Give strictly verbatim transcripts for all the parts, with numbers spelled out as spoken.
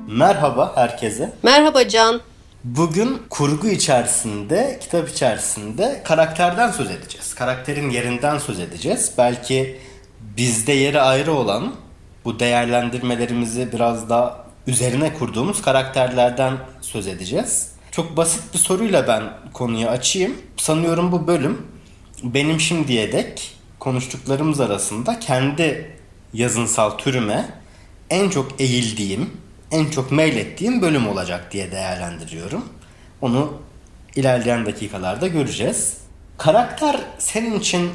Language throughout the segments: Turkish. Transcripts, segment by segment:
Merhaba herkese. Merhaba Can. Bugün kurgu içerisinde, kitap içerisinde karakterden söz edeceğiz. Karakterin yerinden söz edeceğiz. Belki bizde yeri ayrı olan, bu değerlendirmelerimizi biraz daha üzerine kurduğumuz karakterlerden söz edeceğiz. Çok basit bir soruyla ben konuyu açayım. Sanıyorum bu bölüm benim şimdiye dek konuştuklarımız arasında kendi yazınsal türüme en çok eğildiğim, en çok meylettiğim bölüm olacak diye değerlendiriyorum. Onu ilerleyen dakikalarda göreceğiz. Karakter senin için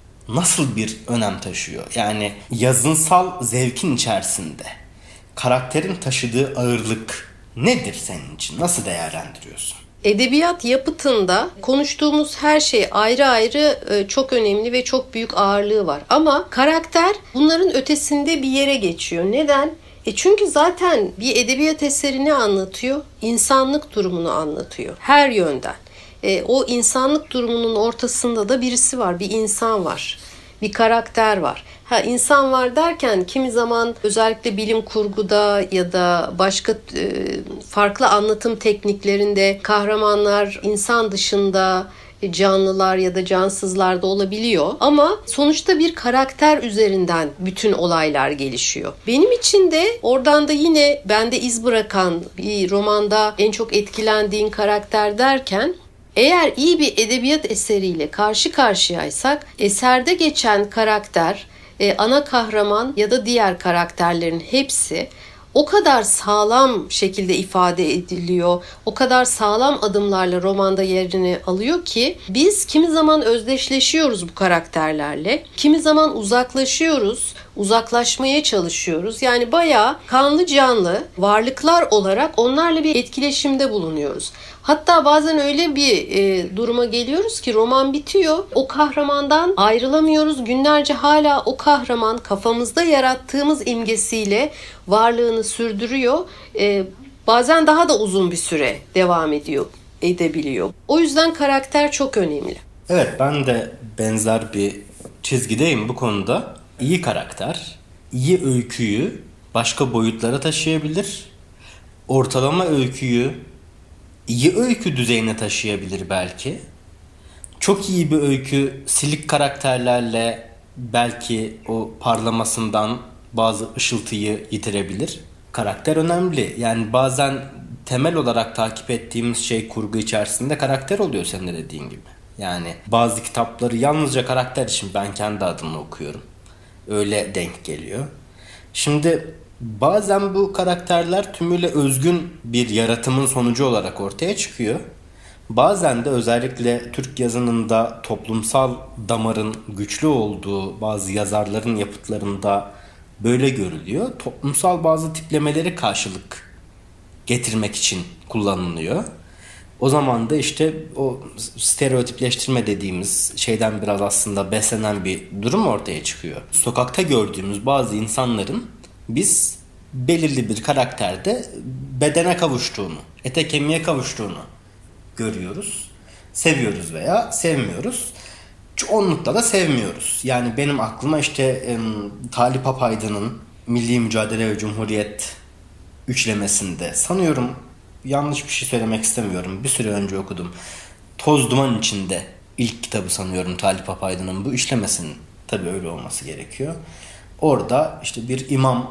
nasıl bir önem taşıyor? Yani yazınsal zevkin içerisinde karakterin taşıdığı ağırlık nedir senin için? Nasıl değerlendiriyorsun? Edebiyat yapıtında konuştuğumuz her şey ayrı ayrı çok önemli ve çok büyük ağırlığı var. Ama karakter bunların ötesinde bir yere geçiyor. Neden? E çünkü zaten bir edebiyat eserini anlatıyor, insanlık durumunu anlatıyor her yönden. E, o insanlık durumunun ortasında da birisi var, bir insan var, bir karakter var. Ha, insan var derken kimi zaman özellikle bilim kurguda ya da başka e, farklı anlatım tekniklerinde kahramanlar insan dışında canlılar ya da cansızlar da olabiliyor. Ama sonuçta bir karakter üzerinden bütün olaylar gelişiyor. Benim için de oradan da yine bende iz bırakan bir romanda en çok etkilendiğin karakter derken, eğer iyi bir edebiyat eseriyle karşı karşıyaysak eserde geçen karakter, ana kahraman ya da diğer karakterlerin hepsi o kadar sağlam şekilde ifade ediliyor, o kadar sağlam adımlarla romanda yerini alıyor ki biz kimi zaman özdeşleşiyoruz bu karakterlerle, kimi zaman uzaklaşıyoruz, uzaklaşmaya çalışıyoruz. Yani bayağı kanlı canlı varlıklar olarak onlarla bir etkileşimde bulunuyoruz. Hatta bazen öyle bir e, duruma geliyoruz ki roman bitiyor, o kahramandan ayrılamıyoruz. Günlerce hala o kahraman kafamızda yarattığımız imgesiyle varlığını sürdürüyor. E, bazen daha da uzun bir süre devam ediyor, edebiliyor. O yüzden karakter çok önemli. Evet, ben de benzer bir çizgideyim bu konuda. İyi karakter, iyi öyküyü başka boyutlara taşıyabilir. Ortalama öyküyü iyi öykü düzeyine taşıyabilir belki. Çok iyi bir öykü silik karakterlerle belki o parlamasından bazı ışıltıyı yitirebilir. Karakter önemli. Yani bazen temel olarak takip ettiğimiz şey kurgu içerisinde karakter oluyor senin de dediğin gibi. Yani bazı kitapları yalnızca karakter için ben kendi adıma okuyorum. Öyle denk geliyor. Şimdi bazen bu karakterler tümüyle özgün bir yaratımın sonucu olarak ortaya çıkıyor. Bazen de özellikle Türk yazınında toplumsal damarın güçlü olduğu bazı yazarların yapıtlarında böyle görülüyor. Toplumsal bazı tiplemeleri karşılık getirmek için kullanılıyor. O zaman da işte o stereotipleştirme dediğimiz şeyden biraz aslında beslenen bir durum ortaya çıkıyor. Sokakta gördüğümüz bazı insanların biz belirli bir karakterde bedene kavuştuğunu, ete kemiğe kavuştuğunu görüyoruz. Seviyoruz veya sevmiyoruz. Çoğunlukla da sevmiyoruz. Yani benim aklıma işte e, Talip Apaydın'ın Milli Mücadele ve Cumhuriyet üçlemesinde, sanıyorum yanlış bir şey söylemek istemiyorum, bir süre önce okudum. Toz Duman içinde ilk kitabı sanıyorum Talip Apaydın'ın, bu üçlemesinin, tabii öyle olması gerekiyor. Orada işte bir imam,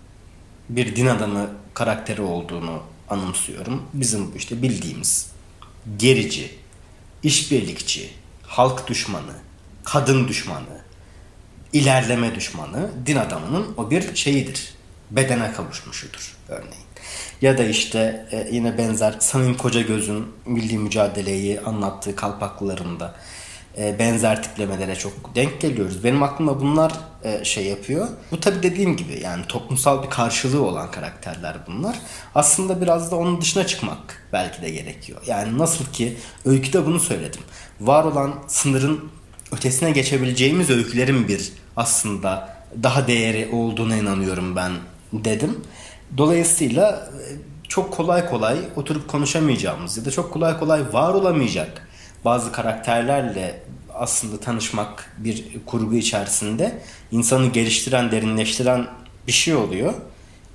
bir din adamı karakteri olduğunu anımsıyorum. Bizim işte bildiğimiz gerici, işbirlikçi, halk düşmanı, kadın düşmanı, ilerleme düşmanı din adamının o bir şeyidir. Bedene kavuşmuşudur örneğin. Ya da işte e, yine benzer Samim Kocagöz'ün milli mücadeleyi anlattığı Kalpaklılarında e, benzer tiplemelere çok denk geliyoruz. Benim aklıma bunlar e, şey yapıyor. Bu tabii dediğim gibi yani toplumsal bir karşılığı olan karakterler bunlar. Aslında biraz da onun dışına çıkmak belki de gerekiyor. Yani nasıl ki öyküde bunu söyledim. Var olan sınırın ötesine geçebileceğimiz öykülerin bir aslında daha değeri olduğuna inanıyorum ben dedim. Dolayısıyla çok kolay kolay oturup konuşamayacağımız ya da çok kolay kolay var olamayacak bazı karakterlerle aslında tanışmak bir kurgu içerisinde insanı geliştiren, derinleştiren bir şey oluyor.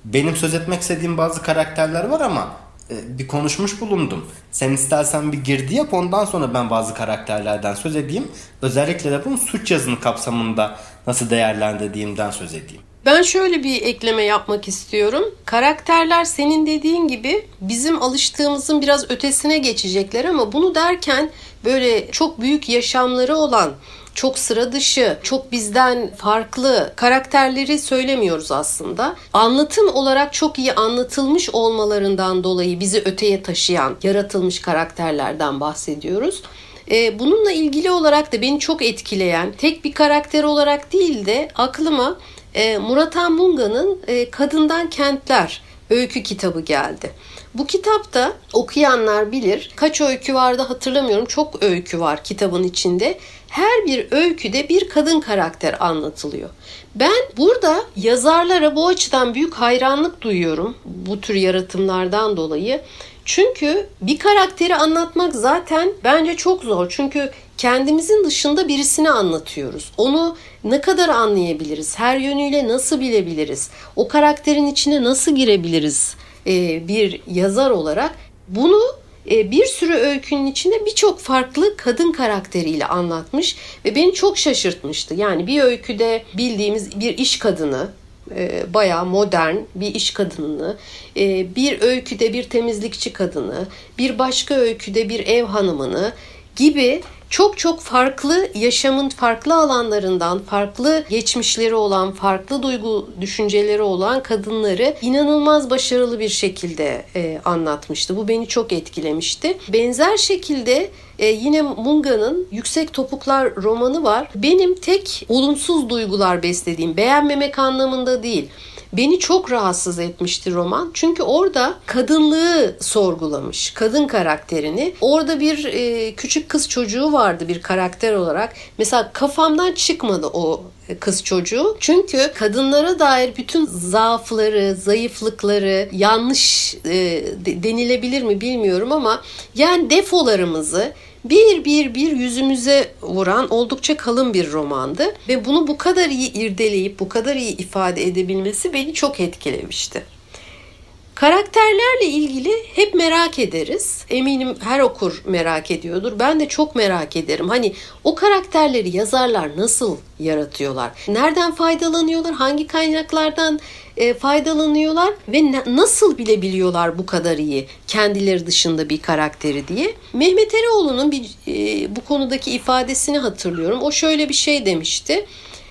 benim söz etmek istediğim bazı karakterler var ama bir konuşmuş bulundum. Sen istersen bir girdi yap, ondan sonra ben bazı karakterlerden söz edeyim. Özellikle de bunu suç yazını kapsamında nasıl değerlendirdiğimden söz edeyim. Ben şöyle bir ekleme yapmak istiyorum. Karakterler senin dediğin gibi bizim alıştığımızın biraz ötesine geçecekler ama bunu derken böyle çok büyük yaşamları olan, çok sıra dışı, çok bizden farklı karakterleri söylemiyoruz aslında. Anlatım olarak çok iyi anlatılmış olmalarından dolayı bizi öteye taşıyan, yaratılmış karakterlerden bahsediyoruz. Bununla ilgili olarak da beni çok etkileyen, tek bir karakter olarak değil de aklıma Murat Anmunga'nın Kadından Kentler öykü kitabı geldi. Bu kitapta okuyanlar bilir. Kaç öykü vardı hatırlamıyorum. Çok öykü var kitabın içinde. Her bir öyküde bir kadın karakter anlatılıyor. Ben burada yazarlara bu açıdan büyük hayranlık duyuyorum. Bu tür yaratımlardan dolayı. Çünkü bir karakteri anlatmak zaten bence çok zor. Çünkü kendimizin dışında birisini anlatıyoruz. Onu ne kadar anlayabiliriz? Her yönüyle nasıl bilebiliriz? O karakterin içine nasıl girebiliriz ee, bir yazar olarak? Bunu e, bir sürü öykünün içinde birçok farklı kadın karakteriyle anlatmış ve beni çok şaşırtmıştı. Yani bir öyküde bildiğimiz bir iş kadını, e, bayağı modern bir iş kadınını, e, bir öyküde bir temizlikçi kadını, bir başka öyküde bir ev hanımını gibi çok çok farklı yaşamın farklı alanlarından, farklı geçmişleri olan, farklı duygu düşünceleri olan kadınları inanılmaz başarılı bir şekilde e, anlatmıştı. Bu beni çok etkilemişti. Benzer şekilde e, yine Munga'nın Yüksek Topuklar romanı var. Benim tek olumsuz duygular beslediğim, beğenmemek anlamında değil, beni çok rahatsız etmişti roman. Çünkü orada kadınlığı sorgulamış. Kadın karakterini. Orada bir e, küçük kız çocuğu vardı bir karakter olarak. Mesela kafamdan çıkmadı o kız çocuğu. Çünkü kadınlara dair bütün zaafları, zayıflıkları, yanlış e, denilebilir mi bilmiyorum ama yani defolarımızı bir bir bir yüzümüze vuran oldukça kalın bir romandı ve bunu bu kadar iyi irdeleyip bu kadar iyi ifade edebilmesi beni çok etkilemişti. Karakterlerle ilgili hep merak ederiz. Eminim her okur merak ediyordur. Ben de çok merak ederim. Hani o karakterleri yazarlar nasıl yaratıyorlar? Nereden faydalanıyorlar? Hangi kaynaklardan e, faydalanıyorlar? Ve na- nasıl bilebiliyorlar bu kadar iyi kendileri dışında bir karakteri diye? Mehmet Eroğlu'nun bir, e, bu konudaki ifadesini hatırlıyorum. O şöyle bir şey demişti.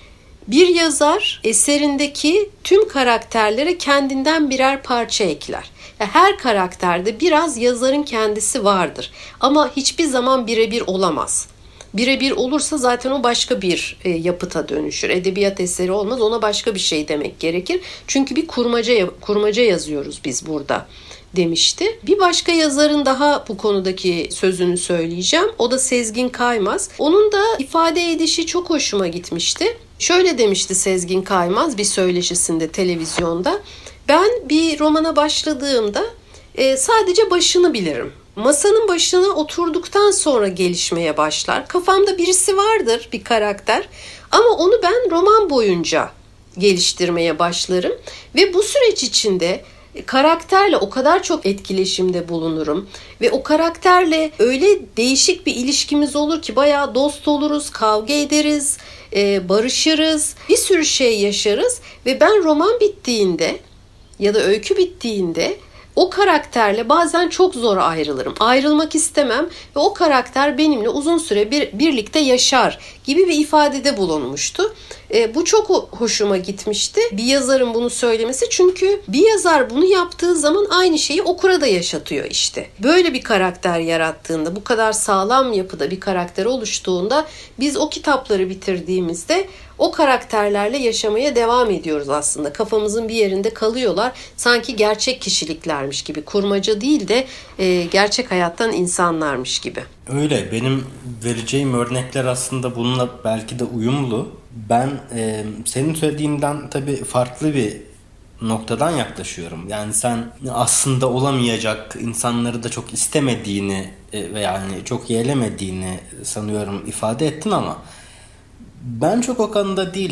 Bir yazar eserindeki tüm karakterlere kendinden birer parça ekler. Her karakterde biraz yazarın kendisi vardır ama hiçbir zaman birebir olamaz. Birebir olursa zaten o başka bir e, yapıta dönüşür. Edebiyat eseri olmaz, ona başka bir şey demek gerekir. Çünkü bir kurmaca kurmaca yazıyoruz biz burada demişti. Bir başka yazarın daha bu konudaki sözünü söyleyeceğim. O da Sezgin Kaymaz. Onun da ifade edişi çok hoşuma gitmişti. Şöyle demişti Sezgin Kaymaz bir söyleşisinde televizyonda. Ben bir romana başladığımda e, sadece başını bilirim. Masanın başına oturduktan sonra gelişmeye başlar. Kafamda birisi vardır, bir karakter. Ama onu ben roman boyunca geliştirmeye başlarım. Ve bu süreç içinde karakterle o kadar çok etkileşimde bulunurum. Ve o karakterle öyle değişik bir ilişkimiz olur ki bayağı dost oluruz, kavga ederiz, barışırız, bir sürü şey yaşarız. Ve ben roman bittiğinde ya da öykü bittiğinde o karakterle bazen çok zor ayrılırım. Ayrılmak istemem ve o karakter benimle uzun süre bir, birlikte yaşar gibi bir ifadede bulunmuştu. E, bu çok hoşuma gitmişti. Bir yazarın bunu söylemesi, çünkü bir yazar bunu yaptığı zaman aynı şeyi okura da yaşatıyor işte. Böyle bir karakter yarattığında, bu kadar sağlam yapıda bir karakter oluştuğunda biz o kitapları bitirdiğimizde o karakterlerle yaşamaya devam ediyoruz aslında. Kafamızın bir yerinde kalıyorlar. Sanki gerçek kişiliklermiş gibi. Kurmaca değil de e, gerçek hayattan insanlarmış gibi. Öyle. Benim vereceğim örnekler aslında bununla belki de uyumlu. Ben e, senin söylediğinden tabii farklı bir noktadan yaklaşıyorum. Yani sen aslında olamayacak, insanları da çok istemediğini e, ve yani çok yeğlemediğini sanıyorum ifade ettin ama ben çok o konuda değilim.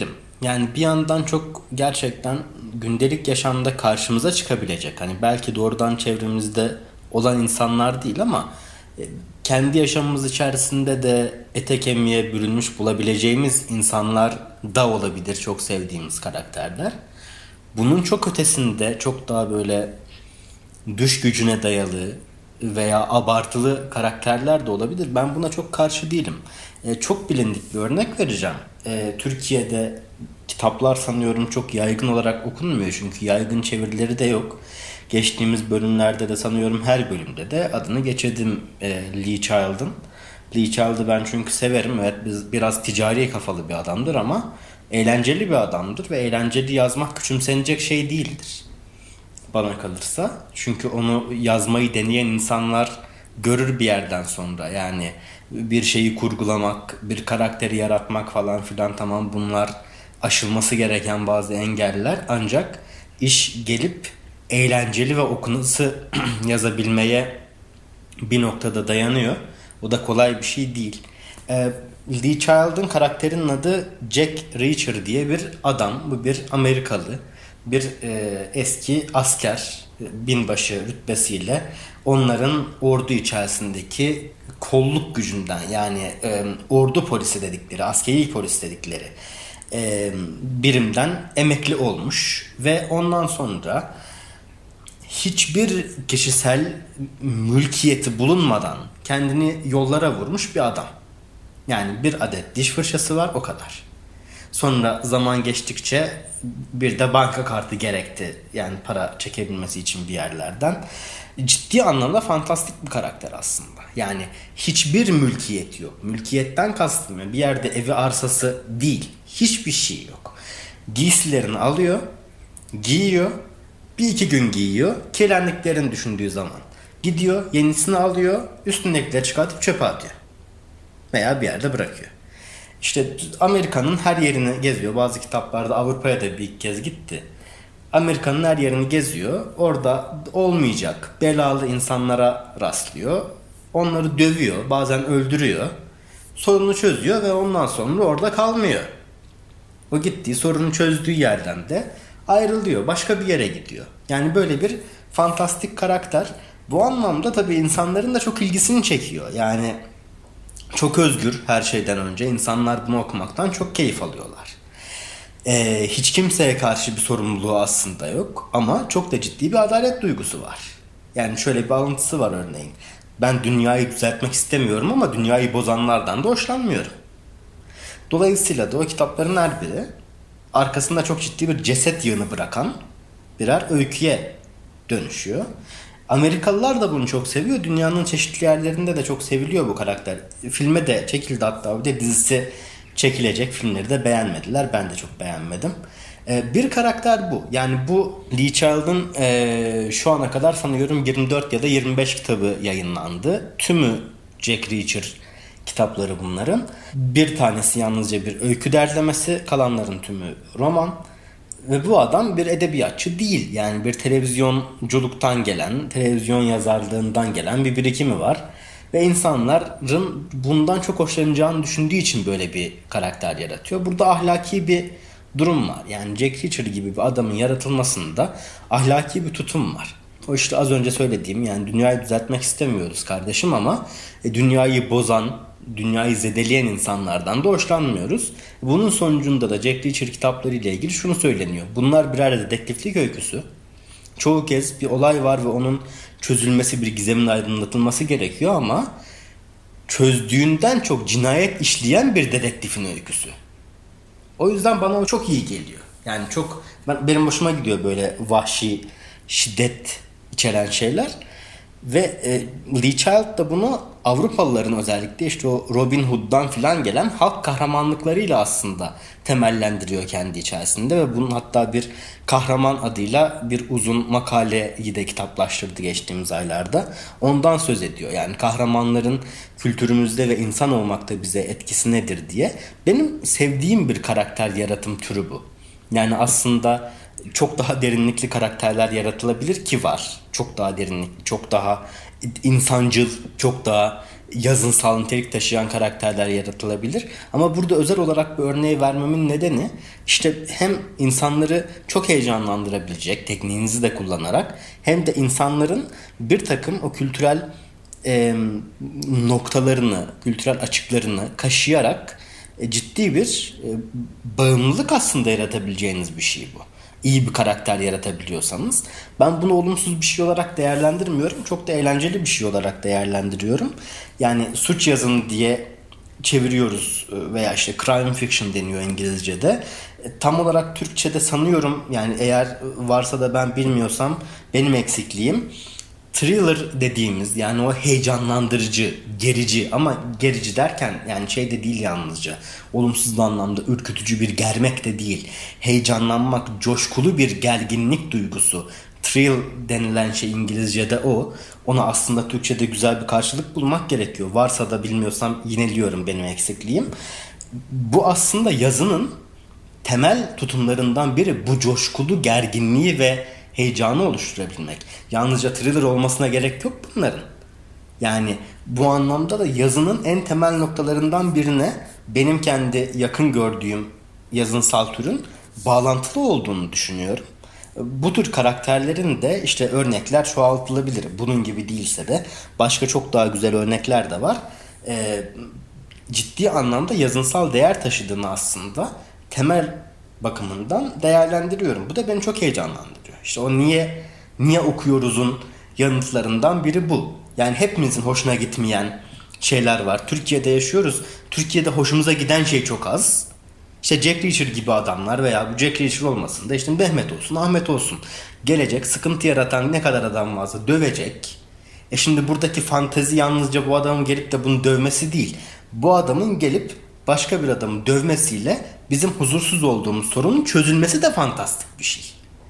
Yani bir yandan çok gerçekten gündelik yaşamda karşımıza çıkabilecek. Hani belki doğrudan çevremizde olan insanlar değil ama e, kendi yaşamımız içerisinde de ete kemiğe bürünmüş bulabileceğimiz insanlar da olabilir, çok sevdiğimiz karakterler. Bunun çok ötesinde çok daha böyle düş gücüne dayalı veya abartılı karakterler de olabilir. Ben buna çok karşı değilim. E, çok bilindik bir örnek vereceğim. E, Türkiye'de kitaplar sanıyorum çok yaygın olarak okunmuyor. Çünkü yaygın çevirileri de yok. Geçtiğimiz bölümlerde de sanıyorum her bölümde de adını geçirdim e, Lee Child'ın. Lee Child'ı ben çünkü severim. Evet, biz biraz ticari kafalı bir adamdır ama eğlenceli bir adamdır ve eğlenceli yazmak küçümsenecek şey değildir bana kalırsa. Çünkü onu yazmayı deneyen insanlar görür bir yerden sonra. Yani bir şeyi kurgulamak, bir karakteri yaratmak falan filan, tamam, bunlar aşılması gereken bazı engeller. Ancak iş gelip eğlenceli ve okunası yazabilmeye bir noktada dayanıyor. O da kolay bir şey değil. Ee, Lee Child'ın karakterinin adı Jack Reacher diye bir adam. Bu bir Amerikalı. Bir e, eski asker, binbaşı rütbesiyle onların ordu içerisindeki kolluk gücünden, yani e, ordu polisi dedikleri, askeri polis dedikleri e, birimden emekli olmuş ve ondan sonra hiçbir kişisel mülkiyeti bulunmadan kendini yollara vurmuş bir adam. Yani bir adet diş fırçası var, o kadar. Sonra zaman geçtikçe bir de banka kartı gerekti. Yani para çekebilmesi için bir yerlerden. Ciddi anlamda fantastik bir karakter aslında. Yani hiçbir mülkiyet yok. Mülkiyetten kastım yani bir yerde evi, arsası değil. Hiçbir şey yok. Giysilerini alıyor, giyiyor, bir iki gün giyiyor, kirlendiklerini düşündüğü zaman gidiyor, yenisini alıyor, üstündekileri çıkartıp çöpe atıyor. Veya bir yerde bırakıyor. İşte Amerika'nın her yerini geziyor. Bazı kitaplarda Avrupa'ya da bir kez gitti. Amerika'nın her yerini geziyor. Orada olmayacak belalı insanlara rastlıyor. Onları dövüyor, bazen öldürüyor. Sorunu çözüyor ve ondan sonra orada kalmıyor. O gittiği, sorunu çözdüğü yerden de ayrılıyor. Başka bir yere gidiyor. Yani böyle bir fantastik karakter. Bu anlamda tabii insanların da çok ilgisini çekiyor. Yani çok özgür her şeyden önce. İnsanlar bunu okumaktan çok keyif alıyorlar. Ee, hiç kimseye karşı bir sorumluluğu aslında yok. Ama çok da ciddi bir adalet duygusu var. Yani şöyle bir alıntısı var örneğin. Ben dünyayı düzeltmek istemiyorum ama dünyayı bozanlardan da hoşlanmıyorum. Dolayısıyla da o kitapların her biri arkasında çok ciddi bir ceset yığını bırakan birer öyküye dönüşüyor. Amerikalılar da bunu çok seviyor. Dünyanın çeşitli yerlerinde de çok seviliyor bu karakter. Filme de çekildi, hatta bir de dizisi çekilecek. Filmleri de beğenmediler. Ben de çok beğenmedim. Ee, bir karakter bu. Yani bu Lee Child'ın e, şu ana kadar sanıyorum yirmi dört ya da yirmi beş kitabı yayınlandı. Tümü Jack Reacher kitapları bunların. Bir tanesi yalnızca bir öykü derlemesi, kalanların tümü roman. Ve bu adam bir edebiyatçı değil. Yani bir televizyonculuktan gelen, televizyon yazarlığından gelen bir birikimi var. Ve insanların bundan çok hoşlanacağını düşündüğü için böyle bir karakter yaratıyor. Burada ahlaki bir durum var. Yani Jack Reacher gibi bir adamın yaratılmasında ahlaki bir tutum var. O işte az önce söylediğim, yani dünyayı düzeltmek istemiyoruz kardeşim ama e, dünyayı bozan, dünyayı zedeleyen insanlardan da hoşlanmıyoruz. Bunun sonucunda da Jack Reacher kitapları ile ilgili şunu söyleniyor. Bunlar birer dedektiflik öyküsü. Çoğu kez bir olay var ve onun çözülmesi, bir gizemin aydınlatılması gerekiyor ama çözdüğünden çok cinayet işleyen bir dedektifin öyküsü. O yüzden bana o çok iyi geliyor. Yani çok ben, benim hoşuma gidiyor böyle vahşi, şiddet içeren şeyler. Ve e, Lee Child da bunu Avrupalıların özellikle işte o Robin Hood'dan filan gelen halk kahramanlıklarıyla aslında temellendiriyor kendi içerisinde ve bunun hatta bir kahraman adıyla bir uzun makaleyi de kitaplaştırdı geçtiğimiz aylarda. Ondan söz ediyor. Yani kahramanların kültürümüzde ve insan olmakta bize etkisi nedir diye. Benim sevdiğim bir karakter yaratım türü bu. Yani aslında çok daha derinlikli karakterler yaratılabilir ki var. Çok daha derinlikli, çok daha insancıl, çok daha yazınsal nitelik taşıyan karakterler yaratılabilir. Ama burada özel olarak bir örneği vermemin nedeni işte hem insanları çok heyecanlandırabilecek tekniğinizi de kullanarak hem de insanların bir takım o kültürel e, noktalarını, kültürel açıklarını kaşıyarak e, ciddi bir e, bağımlılık aslında yaratabileceğiniz bir şey bu. İyi bir karakter yaratabiliyorsanız. Ben bunu olumsuz bir şey olarak değerlendirmiyorum. Çok da eğlenceli bir şey olarak değerlendiriyorum. Yani suç yazını diye çeviriyoruz veya işte crime fiction deniyor İngilizce'de. Tam olarak Türkçe'de sanıyorum, yani eğer varsa da ben bilmiyorsam benim eksikliğim. Thriller dediğimiz, yani o heyecanlandırıcı, gerici, ama gerici derken yani şey de değil yalnızca. Olumsuz anlamda ürkütücü bir germek de değil. Heyecanlanmak, coşkulu bir gerginlik duygusu. Thrill denilen şey İngilizce'de o. Ona aslında Türkçe'de güzel bir karşılık bulmak gerekiyor. Varsa da bilmiyorsam yineliyorum, benim eksikliğim. Bu aslında yazının temel tutumlarından biri, bu coşkulu gerginliği ve heyecanı oluşturabilmek. Yalnızca thriller olmasına gerek yok bunların. Yani bu anlamda da yazının en temel noktalarından birine benim kendi yakın gördüğüm yazınsal türün bağlantılı olduğunu düşünüyorum. Bu tür karakterlerin de işte örnekler çoğaltılabilir. Bunun gibi değilse de başka çok daha güzel örnekler de var. Ee, ciddi anlamda yazınsal değer taşıdığını aslında temel bakımından değerlendiriyorum. Bu da beni çok heyecanlandırıyor. İşte o niye niye okuyoruzun yanıtlarından biri bu. Yani hepimizin hoşuna gitmeyen şeyler var. Türkiye'de yaşıyoruz. Türkiye'de hoşumuza giden şey çok az. İşte Jack Reacher gibi adamlar veya bu Jack Reacher olmasın da işte Mehmet olsun, Ahmet olsun. Gelecek, sıkıntı yaratan ne kadar adam varsa dövecek. E şimdi buradaki fantezi yalnızca bu adamın gelip de bunu dövmesi değil. Bu adamın gelip başka bir adamın dövmesiyle bizim huzursuz olduğumuz sorunun çözülmesi de fantastik bir şey.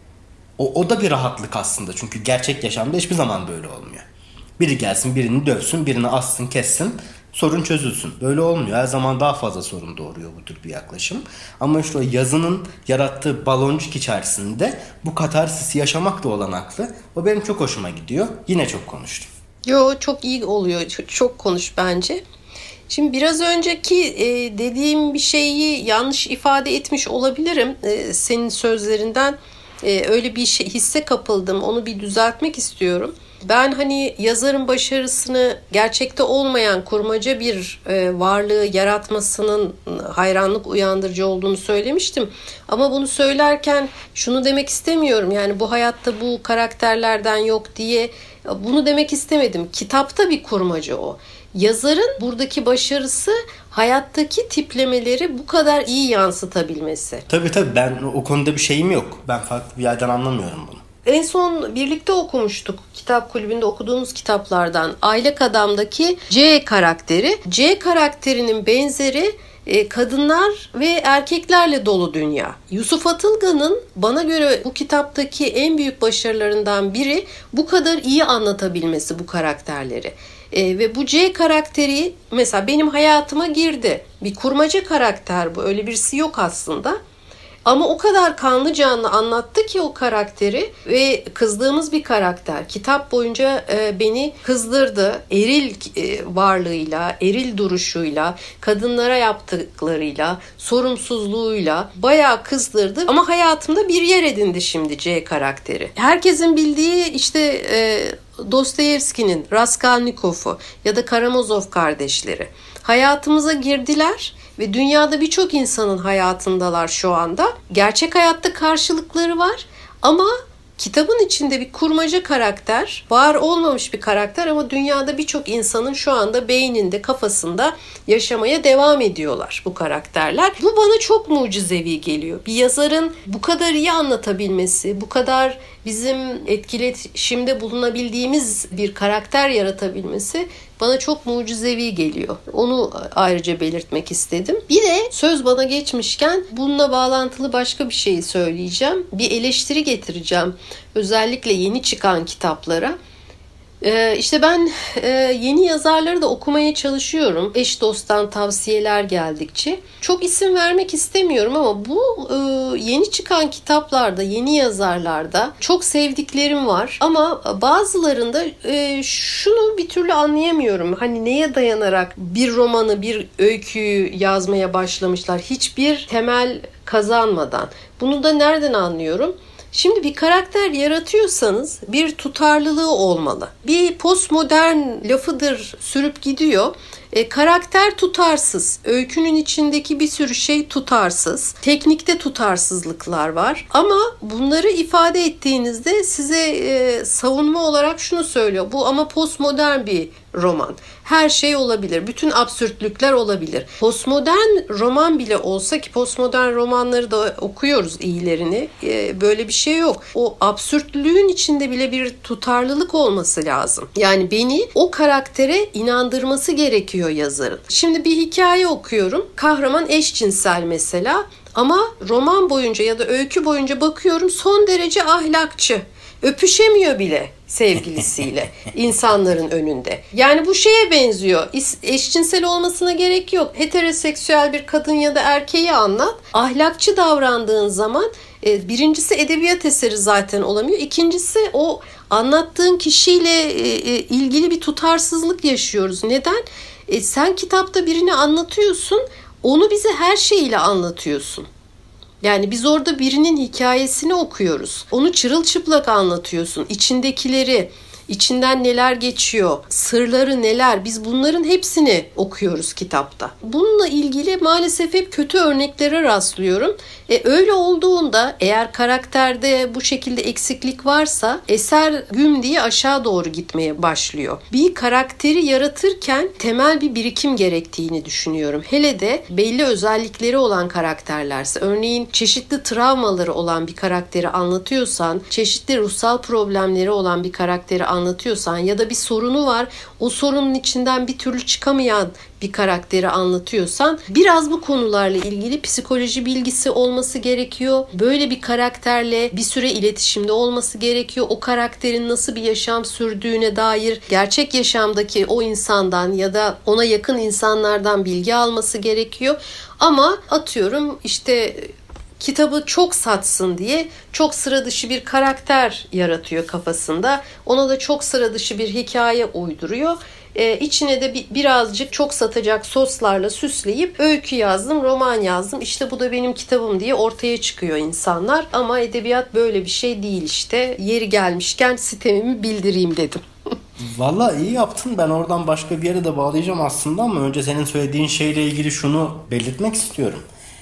O, o da bir rahatlık aslında. Çünkü gerçek yaşamda hiçbir zaman böyle olmuyor. Biri gelsin, birini dövsün, birini assın, kessin, sorun çözülsün. Böyle olmuyor. Her zaman daha fazla sorun doğuruyor bu tür bir yaklaşım. Ama işte o yazının yarattığı baloncuk içerisinde bu katarsisi yaşamak da olanaklı. O benim çok hoşuma gidiyor. Yine çok konuştum. Yo, çok iyi oluyor. Çok, çok konuş bence. Şimdi biraz önceki e, dediğim bir şeyi yanlış ifade etmiş olabilirim. E, senin sözlerinden e, öyle bir şey, hisse kapıldım. Onu bir düzeltmek istiyorum. Ben hani yazarın başarısını gerçekte olmayan kurmaca bir e, varlığı yaratmasının hayranlık uyandırıcı olduğunu söylemiştim. Ama bunu söylerken şunu demek istemiyorum. Yani bu hayatta bu karakterlerden yok diye bunu demek istemedim. Kitapta bir kurmaca o. Yazarın buradaki başarısı hayattaki tiplemeleri bu kadar iyi yansıtabilmesi. Tabii tabii, ben o konuda bir şeyim yok. Ben farklı bir yerden anlamıyorum bunu. En son birlikte okumuştuk. Kitap kulübünde okuduğumuz kitaplardan Aylak Adam'daki C karakteri. C karakterinin benzeri kadınlar ve erkeklerle dolu dünya. Yusuf Atılgan'ın bana göre bu kitaptaki en büyük başarılarından biri bu kadar iyi anlatabilmesi bu karakterleri. E, ve bu C karakteri mesela benim hayatıma girdi. Bir kurmaca karakter bu. Öyle birisi yok aslında. Ama o kadar kanlı canlı anlattı ki o karakteri ve kızdığımız bir karakter. Kitap boyunca e, beni kızdırdı. Eril e, varlığıyla, eril duruşuyla, kadınlara yaptıklarıyla, sorumsuzluğuyla bayağı kızdırdı. Ama hayatımda bir yer edindi şimdi C karakteri. Herkesin bildiği işte e, Dostoyevski'nin Raskolnikov'u ya da Karamazov kardeşleri hayatımıza girdiler ve dünyada birçok insanın hayatındalar şu anda. Gerçek hayatta karşılıkları var ama kitabın içinde bir kurmaca karakter, var olmamış bir karakter ama dünyada birçok insanın şu anda beyninde, kafasında yaşamaya devam ediyorlar bu karakterler. Bu bana çok mucizevi geliyor. Bir yazarın bu kadar iyi anlatabilmesi, bu kadar bizim etkileşimde bulunabildiğimiz bir karakter yaratabilmesi bana çok mucizevi geliyor. Onu ayrıca belirtmek istedim. Bir de söz bana geçmişken bununla bağlantılı başka bir şey söyleyeceğim. Bir eleştiri getireceğim. Özellikle yeni çıkan kitaplara. Ee, işte ben e, yeni yazarları da okumaya çalışıyorum. Eş dosttan tavsiyeler geldikçe. Çok isim vermek istemiyorum ama bu e, yeni çıkan kitaplarda, yeni yazarlarda çok sevdiklerim var. Ama bazılarında e, şunu bir türlü anlayamıyorum. Hani neye dayanarak bir romanı, bir öyküyü yazmaya başlamışlar? Hiçbir temel kazanmadan. Bunu da nereden anlıyorum? Şimdi bir karakter yaratıyorsanız bir tutarlılığı olmalı. Bir postmodern lafıdır sürüp gidiyor. E, karakter tutarsız. Öykünün içindeki bir sürü şey tutarsız. Teknikte tutarsızlıklar var. Ama bunları ifade ettiğinizde size e, savunma olarak şunu söylüyor. Bu ama postmodern bir roman. Her şey olabilir. Bütün absürtlükler olabilir. Postmodern roman bile olsa, ki postmodern romanları da okuyoruz iyilerini. E, böyle bir şey yok. O absürtlüğün içinde bile bir tutarlılık olması lazım. Yani beni o karaktere inandırması gerekiyor yazarın. Şimdi bir hikaye okuyorum. Kahraman eşcinsel mesela. Ama roman boyunca ya da öykü boyunca bakıyorum son derece ahlakçı. Öpüşemiyor bile sevgilisiyle insanların önünde. Yani bu şeye benziyor. Eşcinsel olmasına gerek yok. Heteroseksüel bir kadın ya da erkeği anlat. Ahlakçı davrandığın zaman birincisi edebiyat eseri zaten olamıyor. İkincisi o anlattığın kişiyle ilgili bir tutarsızlık yaşıyoruz. Neden? E sen kitapta birini anlatıyorsun, onu bize her şeyiyle anlatıyorsun. Yani biz orada birinin hikayesini okuyoruz. Onu çırılçıplak anlatıyorsun. İçindekileri, içinden neler geçiyor, sırları neler, biz bunların hepsini okuyoruz kitapta. Bununla ilgili maalesef hep kötü örneklere rastlıyorum. E, öyle olduğunda eğer karakterde bu şekilde eksiklik varsa eser güm diye aşağı doğru gitmeye başlıyor. Bir karakteri yaratırken temel bir birikim gerektiğini düşünüyorum. Hele de belli özellikleri olan karakterlerse, örneğin çeşitli travmaları olan bir karakteri anlatıyorsan, çeşitli ruhsal problemleri olan bir karakteri anlatıyorsan ya da bir sorunu var, o sorunun içinden bir türlü çıkamayan bir karakteri anlatıyorsan biraz bu konularla ilgili psikoloji bilgisi olması gerekiyor. Böyle bir karakterle bir süre iletişimde olması gerekiyor. O karakterin nasıl bir yaşam sürdüğüne dair gerçek yaşamdaki o insandan ya da ona yakın insanlardan bilgi alması gerekiyor. Ama atıyorum işte kitabı çok satsın diye çok sıra dışı bir karakter yaratıyor kafasında. Ona da çok sıra dışı bir hikaye uyduruyor. Ee, içine de bir, birazcık çok satacak soslarla süsleyip öykü yazdım, roman yazdım. İşte bu da benim kitabım diye ortaya çıkıyor insanlar. Ama edebiyat böyle bir şey değil işte. Yeri gelmişken sitemimi bildireyim dedim. Vallahi iyi yaptın. Ben oradan başka bir yere de bağlayacağım aslında ama önce senin söylediğin şeyle ilgili şunu belirtmek istiyorum.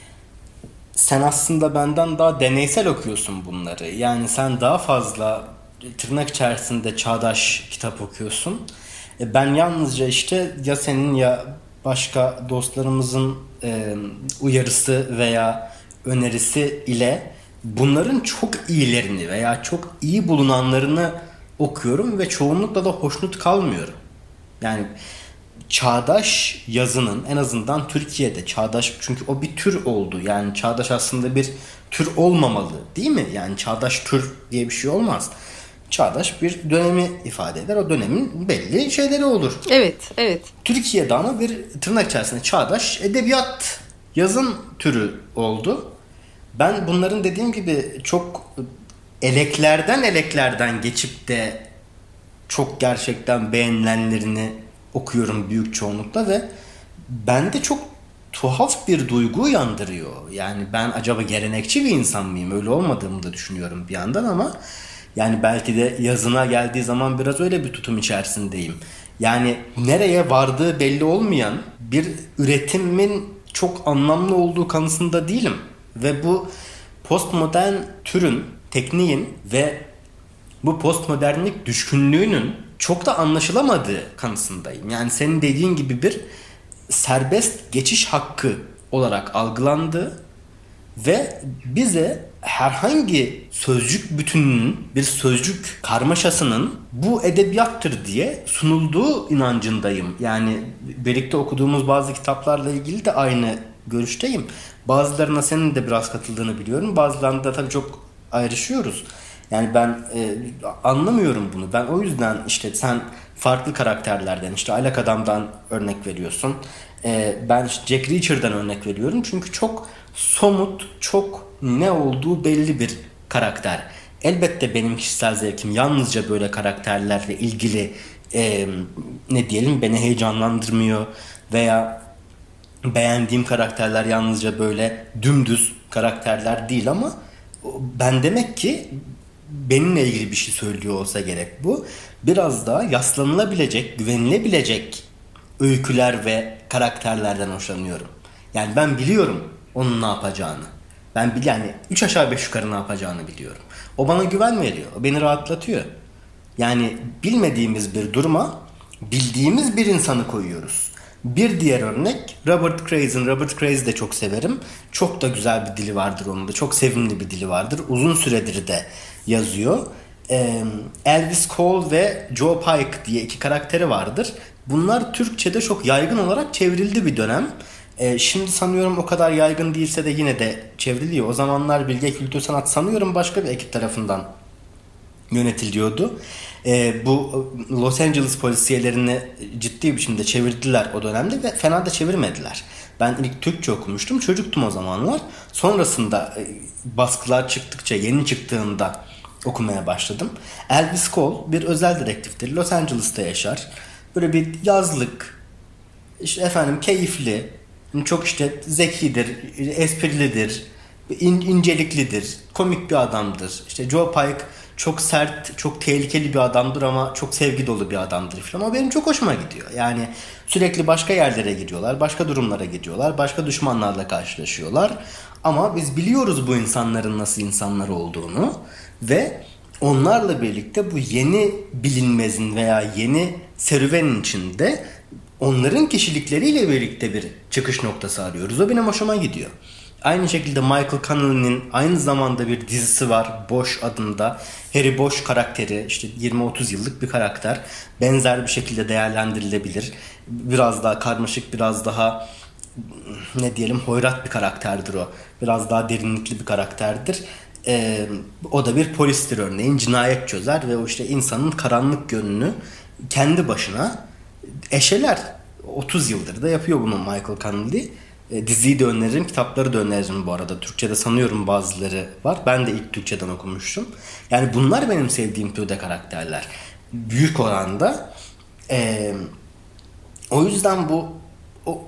Sen aslında benden daha deneysel okuyorsun bunları. Yani sen daha fazla tırnak içerisinde çağdaş kitap okuyorsun. Ben yalnızca işte ya senin ya başka dostlarımızın e, uyarısı veya önerisi ile bunların çok iyilerini veya çok iyi bulunanlarını okuyorum ve çoğunlukla da hoşnut kalmıyorum. Yani çağdaş yazının en azından Türkiye'de çağdaş, çünkü o bir tür oldu. Yani çağdaş aslında bir tür olmamalı, değil mi? Yani çağdaş tür diye bir şey olmaz. Çağdaş bir dönemi ifade eder. O dönemin belli şeyleri olur. Evet, evet. Türkiye'de ama bir tırnak içerisinde çağdaş edebiyat yazın türü oldu. Ben bunların dediğim gibi çok eleklerden eleklerden geçip de çok gerçekten beğenilenlerini okuyorum büyük çoğunlukla ve bende çok tuhaf bir duygu uyandırıyor. Yani ben acaba gelenekçi bir insan mıyım? Öyle olmadığımı da düşünüyorum bir yandan ama yani belki de yazına geldiği zaman biraz öyle bir tutum içerisindeyim. Yani nereye vardığı belli olmayan bir üretimin çok anlamlı olduğu kanısında değilim. Ve bu postmodern türün, tekniğin ve bu postmodernlik düşkünlüğünün çok da anlaşılamadığı kanısındayım. Yani senin dediğin gibi bir serbest geçiş hakkı olarak algılandı ve bize herhangi sözcük bütününün, bir sözcük karmaşasının bu edebiyattır diye sunulduğu inancındayım. Yani birlikte okuduğumuz bazı kitaplarla ilgili de aynı görüşteyim. Bazılarına senin de biraz katıldığını biliyorum. Bazılarında tabii çok ayrışıyoruz. Yani ben e, anlamıyorum bunu. Ben o yüzden işte sen farklı karakterlerden, işte Aylak Adam'dan örnek veriyorsun. E, ben işte Jack Reacher'dan örnek veriyorum. Çünkü çok somut, çok ne olduğu belli bir karakter. Elbette benim kişisel zevkim yalnızca böyle karakterlerle ilgili, e, ne diyelim, beni heyecanlandırmıyor veya beğendiğim karakterler yalnızca böyle dümdüz karakterler değil, ama ben demek ki benimle ilgili bir şey söylüyor olsa gerek bu. Biraz daha yaslanılabilecek, güvenilebilecek öyküler ve karakterlerden hoşlanıyorum. Yani ben biliyorum onun ne yapacağını. Ben bil yani üç aşağı beş yukarı ne yapacağını biliyorum. O bana güven veriyor. O beni rahatlatıyor. Yani bilmediğimiz bir duruma bildiğimiz bir insanı koyuyoruz. Bir diğer örnek Robert Grays'in. Robert Grays'i de çok severim. Çok da güzel bir dili vardır onun da. Çok sevimli bir dili vardır. Uzun süredir de yazıyor. Elvis Cole ve Joe Pike diye iki karakteri vardır. Bunlar Türkçe'de çok yaygın olarak çevrildi bir dönem. Şimdi sanıyorum o kadar yaygın değilse de yine de çevriliyor. O zamanlar Bilge Kültür Sanat sanıyorum başka bir ekip tarafından yönetiliyordu. E, bu Los Angeles polisiyelerini ciddi biçimde çevirdiler o dönemde ve fena da çevirmediler. Ben ilk Türkçe okumuştum. Çocuktum o zamanlar. Sonrasında e, baskılar çıktıkça, yeni çıktığında okumaya başladım. Elvis Cole bir özel dedektiftir. Los Angeles'ta yaşar. Böyle bir yazlık, işte efendim keyifli, çok işte zekidir, esprilidir, in, inceliklidir, komik bir adamdır. İşte Joe Pike çok sert, çok tehlikeli bir adamdır ama çok sevgi dolu bir adamdır falan. O benim çok hoşuma gidiyor. Yani sürekli başka yerlere gidiyorlar, başka durumlara gidiyorlar, başka düşmanlarla karşılaşıyorlar. Ama biz biliyoruz bu insanların nasıl insanlar olduğunu ve onlarla birlikte bu yeni bilinmezin veya yeni serüvenin içinde onların kişilikleriyle birlikte bir çıkış noktası arıyoruz. O benim hoşuma gidiyor. Aynı şekilde Michael Connelly'nin aynı zamanda bir dizisi var, Bosch adında. Harry Bosch karakteri işte yirmi otuz yıllık bir karakter. Benzer bir şekilde değerlendirilebilir. Biraz daha karmaşık, biraz daha ne diyelim hoyrat bir karakterdir o. Biraz daha derinlikli bir karakterdir. Ee, o da bir polistir örneğin. Cinayet çözer ve o işte insanın karanlık yönünü kendi başına eşeler. otuz yıldır da yapıyor bunu Michael Connelly. E, diziyi de öneririm, kitapları da öneririm bu arada. Türkçe'de sanıyorum bazıları var. Ben de ilk Türkçeden okumuştum. Yani bunlar benim sevdiğim türde karakterler. Büyük oranda. E, o yüzden bu o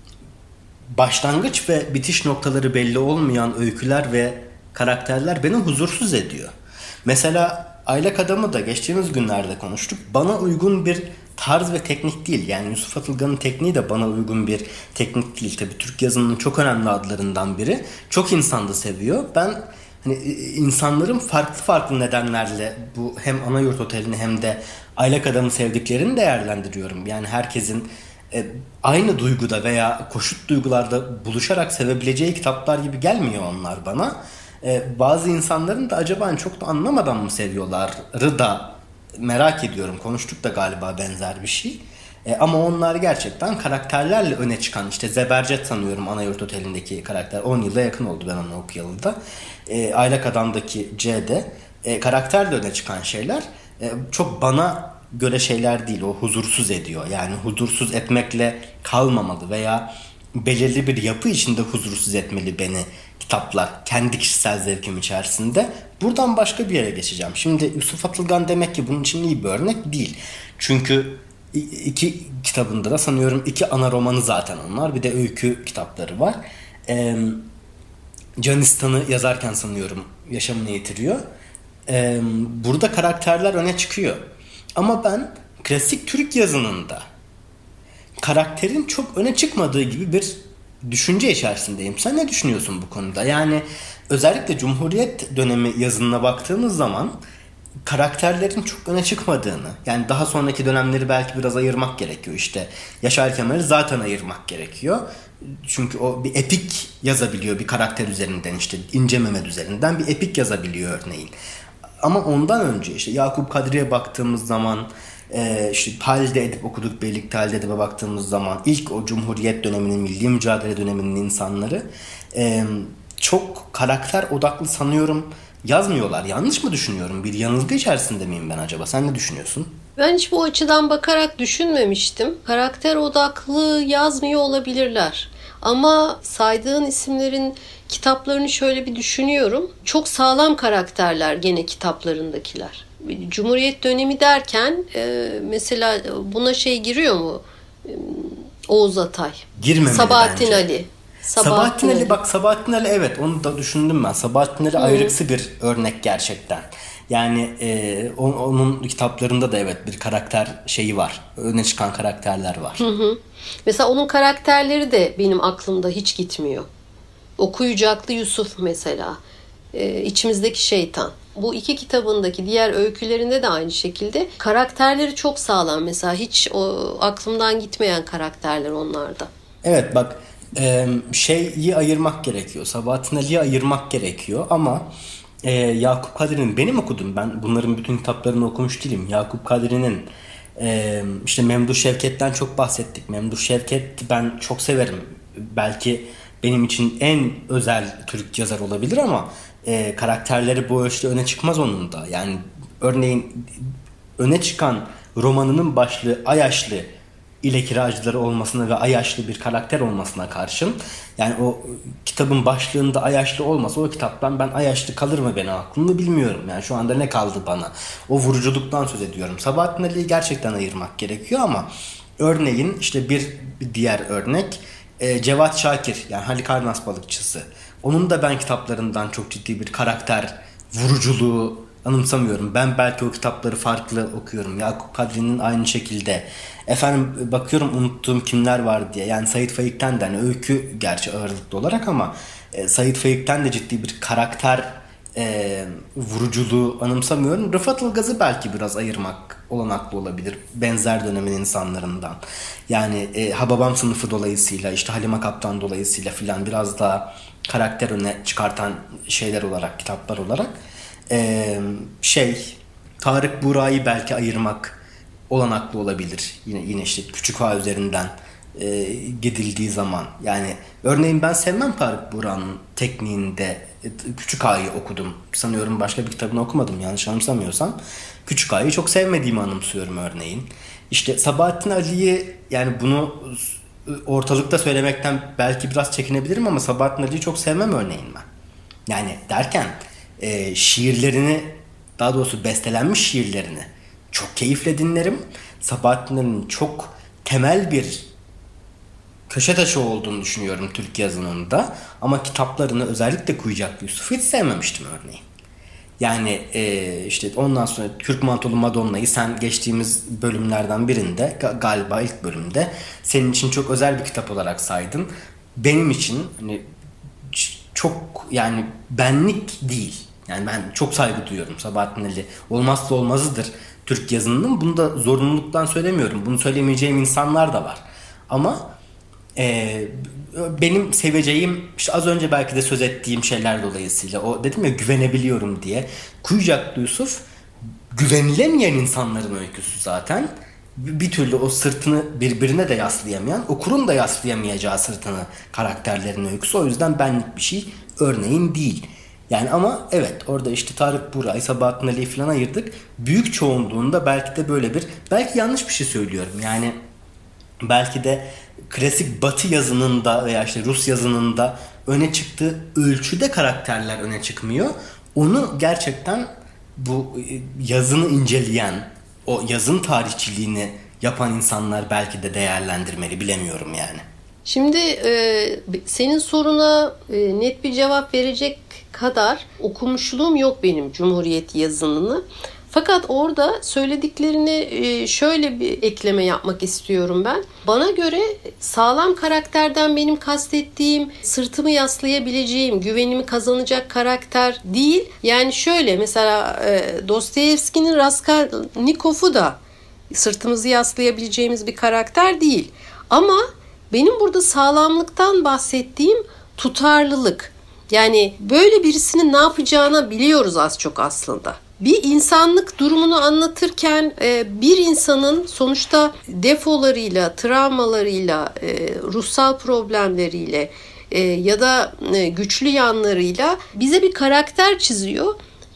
başlangıç ve bitiş noktaları belli olmayan öyküler ve karakterler beni huzursuz ediyor. Mesela Aylak Adam'ı da geçtiğimiz günlerde konuştuk. Bana uygun bir tarz ve teknik değil. Yani Yusuf Atılgan'ın tekniği de bana uygun bir teknik değil. Tabii Türk yazımının çok önemli adlarından biri. Çok insan da seviyor. Ben hani insanların farklı farklı nedenlerle bu hem Anayurt Oteli'ni hem de Aylak Adam'ı sevdiklerini değerlendiriyorum. Yani herkesin e, aynı duyguda veya koşut duygularda buluşarak sevebileceği kitaplar gibi gelmiyor onlar bana. E, bazı insanların da acaba hani çok da anlamadan mı seviyorları da merak ediyorum. Konuştuk da galiba benzer bir şey. E, ama onlar gerçekten karakterlerle öne çıkan, işte Zebercet sanıyorum Anayurt Oteli'ndeki karakter. on yıla yakın oldu ben onu okuyalı da. E, Aylak Adam'daki C'de e, karakterle öne çıkan şeyler e, çok bana göre şeyler değil. O huzursuz ediyor. Yani huzursuz etmekle kalmamalı veya belirli bir yapı içinde huzursuz etmeli beni kitaplar. Kendi kişisel zevkim içerisinde. Buradan başka bir yere geçeceğim. Şimdi Yusuf Atılgan demek ki bunun için iyi bir örnek değil. Çünkü iki kitabında da sanıyorum iki ana romanı zaten onlar. Bir de öykü kitapları var. Ee, Canistan'ı yazarken sanıyorum yaşamını yitiriyor. Ee, burada karakterler öne çıkıyor. Ama ben klasik Türk yazınında karakterin çok öne çıkmadığı gibi bir düşünce içerisindeyim. Sen ne düşünüyorsun bu konuda? Yani özellikle Cumhuriyet dönemi yazınına baktığımız zaman karakterlerin çok öne çıkmadığını, yani daha sonraki dönemleri belki biraz ayırmak gerekiyor işte. Yaşar Kemal'i zaten ayırmak gerekiyor. Çünkü o bir epik yazabiliyor bir karakter üzerinden, işte İnce Mehmet üzerinden bir epik yazabiliyor örneğin. Ama ondan önce işte Yakup Kadri'ye baktığımız zaman, Ee, işte Halide Edip okuduk, birlikte Halide Edip'e baktığımız zaman ilk o Cumhuriyet döneminin, milli mücadele döneminin insanları e, çok karakter odaklı sanıyorum yazmıyorlar. Yanlış mı düşünüyorum? Bir yanılgı içerisinde miyim ben acaba? Sen ne düşünüyorsun? Ben hiç bu açıdan bakarak düşünmemiştim. Karakter odaklı yazmıyor olabilirler. Ama saydığın isimlerin kitaplarını şöyle bir düşünüyorum. Çok sağlam karakterler gene kitaplarındakiler. Cumhuriyet dönemi derken e, mesela buna şey giriyor mu? E, Oğuz Atay. Girmemeli Sabahattin bence. Ali. Sabahattin, Sabahattin Ali, Ali bak Sabahattin Ali evet onu da düşündüm ben. Sabahattin Ali ayrıksı bir örnek gerçekten. Yani e, on, onun kitaplarında da evet bir karakter şeyi var. Öne çıkan karakterler var. Hı hı. Mesela onun karakterleri de benim aklımda hiç gitmiyor. Okuyucaklı Yusuf mesela. E, içimizdeki şeytan. Bu iki kitabındaki diğer öykülerinde de aynı şekilde karakterleri çok sağlam. Mesela hiç o aklımdan gitmeyen karakterler onlarda. Evet bak e, şeyi ayırmak gerekiyor. Sabahattin Ali'yi ayırmak gerekiyor ama e, Yakup Kadri'nin benim okudum ben bunların bütün kitaplarını okumuş değilim. Yakup Kadri'nin e, işte Memduh Şevket'ten çok bahsettik. Memduh Şevket ben çok severim. Belki benim için en özel Türk yazar olabilir ama e, karakterleri bu ölçüde öne çıkmaz onun da. Yani örneğin öne çıkan romanının başlığı Ayaşlı ile kiracıları olmasına ve Ayaşlı bir karakter olmasına karşın yani o kitabın başlığında Ayaşlı olmasa o kitaptan ben Ayaşlı kalır mı benim aklımda bilmiyorum. Yani şu anda ne kaldı bana? O vuruculuktan söz ediyorum. Sabahattin Ali'yi gerçekten ayırmak gerekiyor ama örneğin işte bir, bir diğer örnek e, Cevat Şakir yani Halikarnas balıkçısı. Onun da ben kitaplarından çok ciddi bir karakter vuruculuğu anımsamıyorum. Ben belki o kitapları farklı okuyorum. Yakup Kadri'nin aynı şekilde. Efendim bakıyorum unuttuğum kimler var diye. Yani Sait Faik'ten de hani öykü gerçi ağırlıklı olarak ama e, Sait Faik'ten de ciddi bir karakter e, vuruculuğu anımsamıyorum. Rıfat Ilgaz'ı belki biraz ayırmak olanaklı olabilir. Benzer dönemin insanlarından. Yani e, Hababam sınıfı dolayısıyla işte Halime Kaptan dolayısıyla filan biraz daha karakter öne çıkartan şeyler olarak, kitaplar olarak. Ee, şey Tarık Buğra'yı belki ayırmak olanaklı olabilir. Yine yine işte Küçük Ağa üzerinden e, gidildiği zaman. Yani örneğin ben sevmem Tarık Buğra'nın tekniğinde Küçük Ağa'yı okudum. Sanıyorum başka bir kitabını okumadım yanlış anımsamıyorsam. Küçük Ağa'yı çok sevmediğimi anımsıyorum örneğin. İşte Sabahattin Ali'yi yani bunu ortalıkta söylemekten belki biraz çekinebilirim ama Sabahattin Ali'yi çok sevmem örneğin ben. Yani derken e, şiirlerini daha doğrusu bestelenmiş şiirlerini çok keyifle dinlerim. Sabahattin Ali'nin çok temel bir köşe taşı olduğunu düşünüyorum Türk yazınında. Ama kitaplarını özellikle Kuyucaklı Yusuf'u hiç sevmemiştim örneğin. Yani e, işte ondan sonra Kürk Mantolu Madonna'yı sen geçtiğimiz bölümlerden birinde galiba ilk bölümde senin için çok özel bir kitap olarak saydın. Benim için hani çok yani benlik değil. Yani ben çok saygı duyuyorum Sabahattin Ali. Olmazsa olmazıdır Türk yazınının. Bunu da zorunluluktan söylemiyorum. Bunu söylemeyeceğim insanlar da var. Ama e, benim seveceğim işte az önce belki de söz ettiğim şeyler dolayısıyla o dedim ya güvenebiliyorum diye. Kuyucaklı Yusuf güvenilemeyen insanların öyküsü zaten. Bir türlü o sırtını birbirine de yaslayamayan, okurun da yaslayamayacağı sırtını karakterlerin öyküsü. O yüzden benlik bir şey örneğin değil. Yani ama evet orada işte Tarık Buğra'yı, Sabahattin Ali'yi falan ayırdık. Büyük çoğunluğunda belki de böyle bir, belki yanlış bir şey söylüyorum. Yani belki de klasik Batı yazınında veya işte Rus yazınında öne çıktığı ölçüde karakterler öne çıkmıyor. Onu gerçekten bu yazını inceleyen, o yazın tarihçiliğini yapan insanlar belki de değerlendirmeli, bilemiyorum yani. Şimdi e, senin soruna e, net bir cevap verecek kadar okumuşluğum yok benim Cumhuriyet yazınını. Fakat orada söylediklerine şöyle bir ekleme yapmak istiyorum ben. Bana göre sağlam karakterden benim kastettiğim sırtımı yaslayabileceğim, güvenimi kazanacak karakter değil. Yani şöyle mesela Dostoyevski'nin Raskolnikov'u da sırtımızı yaslayabileceğimiz bir karakter değil. Ama benim burada sağlamlıktan bahsettiğim tutarlılık. Yani böyle birisinin ne yapacağını biliyoruz az çok aslında. Bir insanlık durumunu anlatırken bir insanın sonuçta defolarıyla, travmalarıyla, ruhsal problemleriyle ya da güçlü yanlarıyla bize bir karakter çiziyor.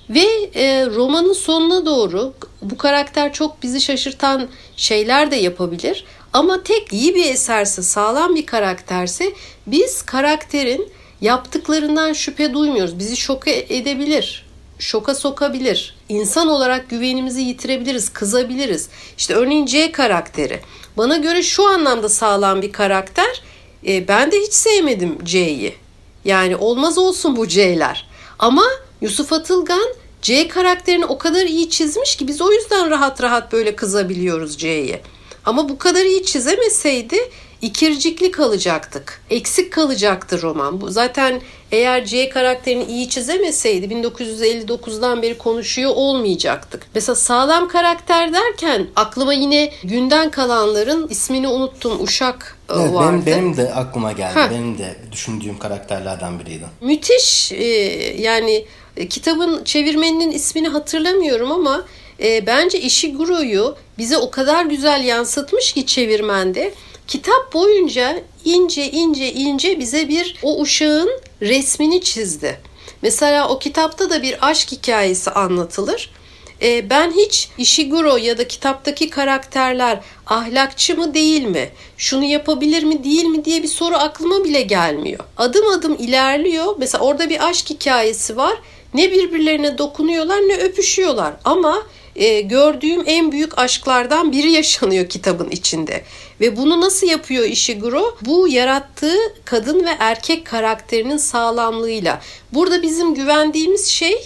Ve e, romanın sonuna doğru bu karakter çok bizi şaşırtan şeyler de yapabilir. Ama tek iyi bir eserse, sağlam bir karakterse biz karakterin yaptıklarından şüphe duymuyoruz. Bizi şoka edebilir, şoka sokabilir. İnsan olarak güvenimizi yitirebiliriz, kızabiliriz. İşte örneğin C karakteri. Bana göre şu anlamda sağlam bir karakter. E, ben de hiç sevmedim C'yi. Yani olmaz olsun bu C'ler. Ama Yusuf Atılgan C karakterini o kadar iyi çizmiş ki biz o yüzden rahat rahat böyle kızabiliyoruz C'ye. Ama bu kadar iyi çizemeseydi ikircikli kalacaktık. Eksik kalacaktı roman. Bu zaten eğer C karakterini iyi çizemeseydi bin dokuz yüz elli dokuzdan beri konuşuyor olmayacaktık. Mesela sağlam karakter derken aklıma yine Günden Kalanlar'ın ismini unuttum Uşak evet, vardı. Benim, benim de aklıma geldi. Heh. Benim de düşündüğüm karakterlerden biriydi. Müthiş e, yani e, kitabın çevirmeninin ismini hatırlamıyorum ama e, bence Ishiguro'yu bize o kadar güzel yansıtmış ki çevirmende. Kitap boyunca ince ince ince bize bir o uşağın resmini çizdi. Mesela o kitapta da bir aşk hikayesi anlatılır. Ee, ben hiç Ishiguro ya da kitaptaki karakterler ahlakçı mı değil mi, şunu yapabilir mi değil mi diye bir soru aklıma bile gelmiyor. Adım adım ilerliyor. Mesela orada bir aşk hikayesi var. Ne birbirlerine dokunuyorlar ne öpüşüyorlar ama e, gördüğüm en büyük aşklardan biri yaşanıyor kitabın içinde. Ve bunu nasıl yapıyor Ishiguro? Bu yarattığı kadın ve erkek karakterinin sağlamlığıyla. Burada bizim güvendiğimiz şey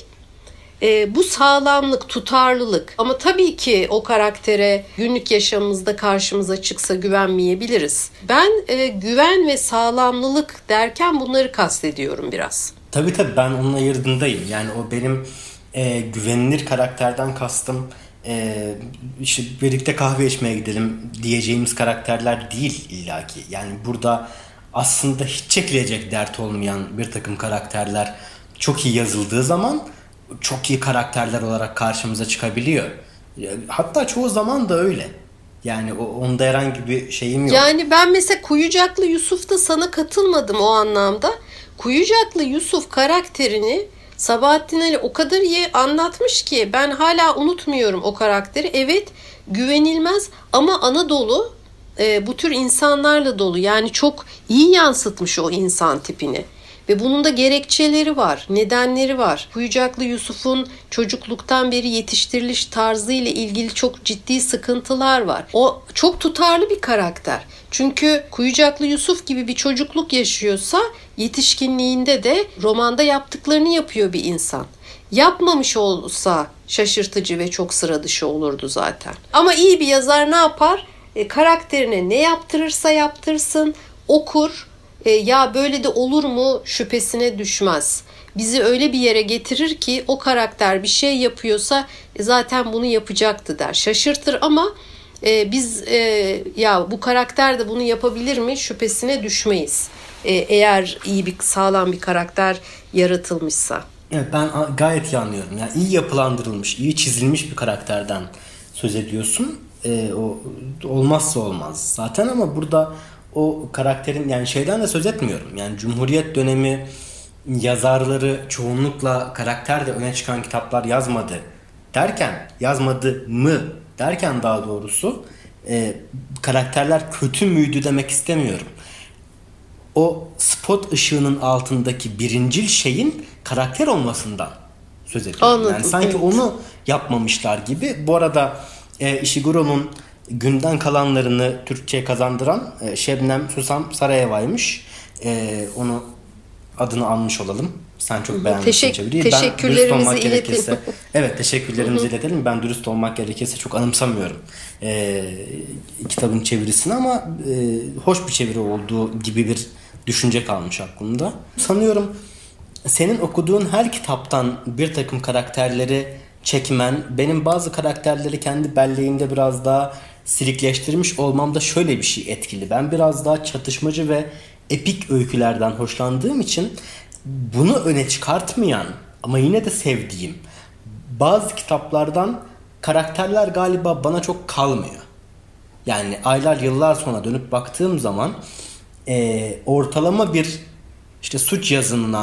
e, bu sağlamlık, tutarlılık. Ama tabii ki o karaktere günlük yaşamımızda karşımıza çıksa güvenmeyebiliriz. Ben e, güven ve sağlamlılık derken bunları kastediyorum biraz. Tabii tabii ben onun ayırdığındayım. Yani o benim e, güvenilir karakterden kastım e, işte birlikte kahve içmeye gidelim diyeceğimiz karakterler değil illaki. Yani burada aslında hiç çekilecek dert olmayan bir takım karakterler çok iyi yazıldığı zaman çok iyi karakterler olarak karşımıza çıkabiliyor. Hatta çoğu zaman da öyle. Yani onda herhangi bir şeyim yok. Yani ben mesela Kuyucaklı Yusuf'ta sana katılmadım o anlamda. Kuyucaklı Yusuf karakterini Sabahattin Ali o kadar iyi anlatmış ki ben hala unutmuyorum o karakteri. Evet, güvenilmez ama Anadolu e, bu tür insanlarla dolu. Yani çok iyi yansıtmış o insan tipini. Ve bunun da gerekçeleri var, nedenleri var. Kuyucaklı Yusuf'un çocukluktan beri yetiştiriliş tarzı ile ilgili çok ciddi sıkıntılar var. O çok tutarlı bir karakter. Çünkü Kuyucaklı Yusuf gibi bir çocukluk yaşıyorsa yetişkinliğinde de romanda yaptıklarını yapıyor bir insan. Yapmamış olsa şaşırtıcı ve çok sıra dışı olurdu zaten. Ama iyi bir yazar ne yapar? E, karakterine ne yaptırırsa yaptırsın, okur. E, ya böyle de olur mu şüphesine düşmez. Bizi öyle bir yere getirir ki o karakter bir şey yapıyorsa e, zaten bunu yapacaktı der. Şaşırtır ama e, biz e, ya bu karakter de bunu yapabilir mi şüphesine düşmeyiz. E, eğer iyi bir sağlam bir karakter yaratılmışsa. Evet, ben gayet iyi anlıyorum. Yani iyi yapılandırılmış, iyi çizilmiş bir karakterden söz ediyorsun. E, o olmazsa olmaz zaten ama burada o karakterin yani şeyden de söz etmiyorum. Yani Cumhuriyet dönemi yazarları çoğunlukla karakter de öne çıkan kitaplar yazmadı derken, yazmadı mı derken daha doğrusu e, karakterler kötü müydü demek istemiyorum. O spot ışığının altındaki birincil şeyin karakter olmasından söz ediyorum. Anladım, yani sanki evet. onu yapmamışlar gibi. Bu arada e, Ishiguro'nun Günden Kalanlarını Türkçe'ye kazandıran e, Şebnem Susam Sarayeva'ymış. E, onu adını almış olalım. Sen çok beğenmişsin Teşek- çeviriyi. teşekkürlerimizi ben iletelim. Evet, teşekkürlerimizi iletelim. Ben dürüst olmak gerekirse çok anımsamıyorum e, kitabın çevirisini ama e, hoş bir çeviri olduğu gibi bir düşünce kalmış aklımda. Sanıyorum senin okuduğun her kitaptan bir takım karakterleri çekmen, benim bazı karakterleri kendi belleğimde biraz daha silikleştirmiş olmamda şöyle bir şey etkili. Ben biraz daha çatışmacı ve epik öykülerden hoşlandığım için bunu öne çıkartmayan ama yine de sevdiğim bazı kitaplardan karakterler galiba bana çok kalmıyor. Yani aylar yıllar sonra dönüp baktığım zaman e, ortalama bir işte suç yazınına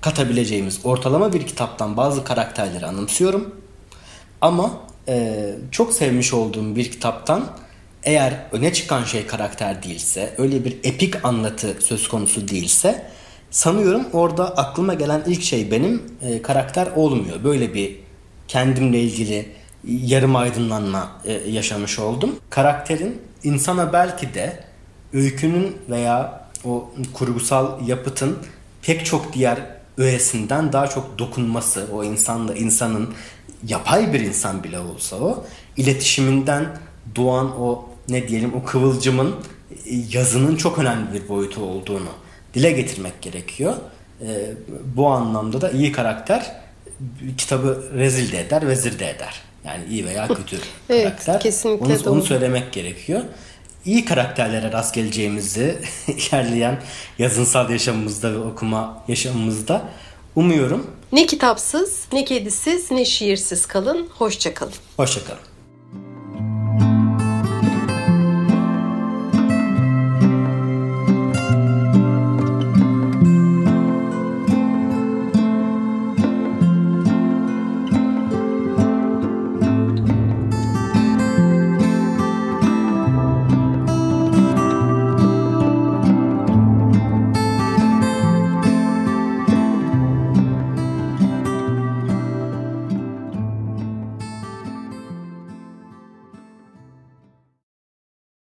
katabileceğimiz ortalama bir kitaptan bazı karakterleri anımsıyorum. Ama e, çok sevmiş olduğum bir kitaptan eğer öne çıkan şey karakter değilse, öyle bir epik anlatı söz konusu değilse, sanıyorum orada aklıma gelen ilk şey benim e, karakter olmuyor. Böyle bir kendimle ilgili yarım aydınlanma e, yaşamış oldum. Karakterin insana belki de öykünün veya o kurgusal yapıtın pek çok diğer öğesinden daha çok dokunması, o insanla insanın yapay bir insan bile olsa o iletişiminden doğan o ne diyelim o kıvılcımın yazının çok önemli bir boyutu olduğunu dile getirmek gerekiyor. Ee, bu anlamda da iyi karakter kitabı rezil de eder, vezir de eder. Yani iyi veya kötü evet, karakter. Kesinlikle onu, onu söylemek gerekiyor. İyi karakterlere rast geleceğimizi ilerleyen yazınsal yaşamımızda ve okuma yaşamımızda umuyorum. Ne kitapsız, ne kedisiz, ne şiirsiz kalın. Hoşça kalın. Hoşça kalın.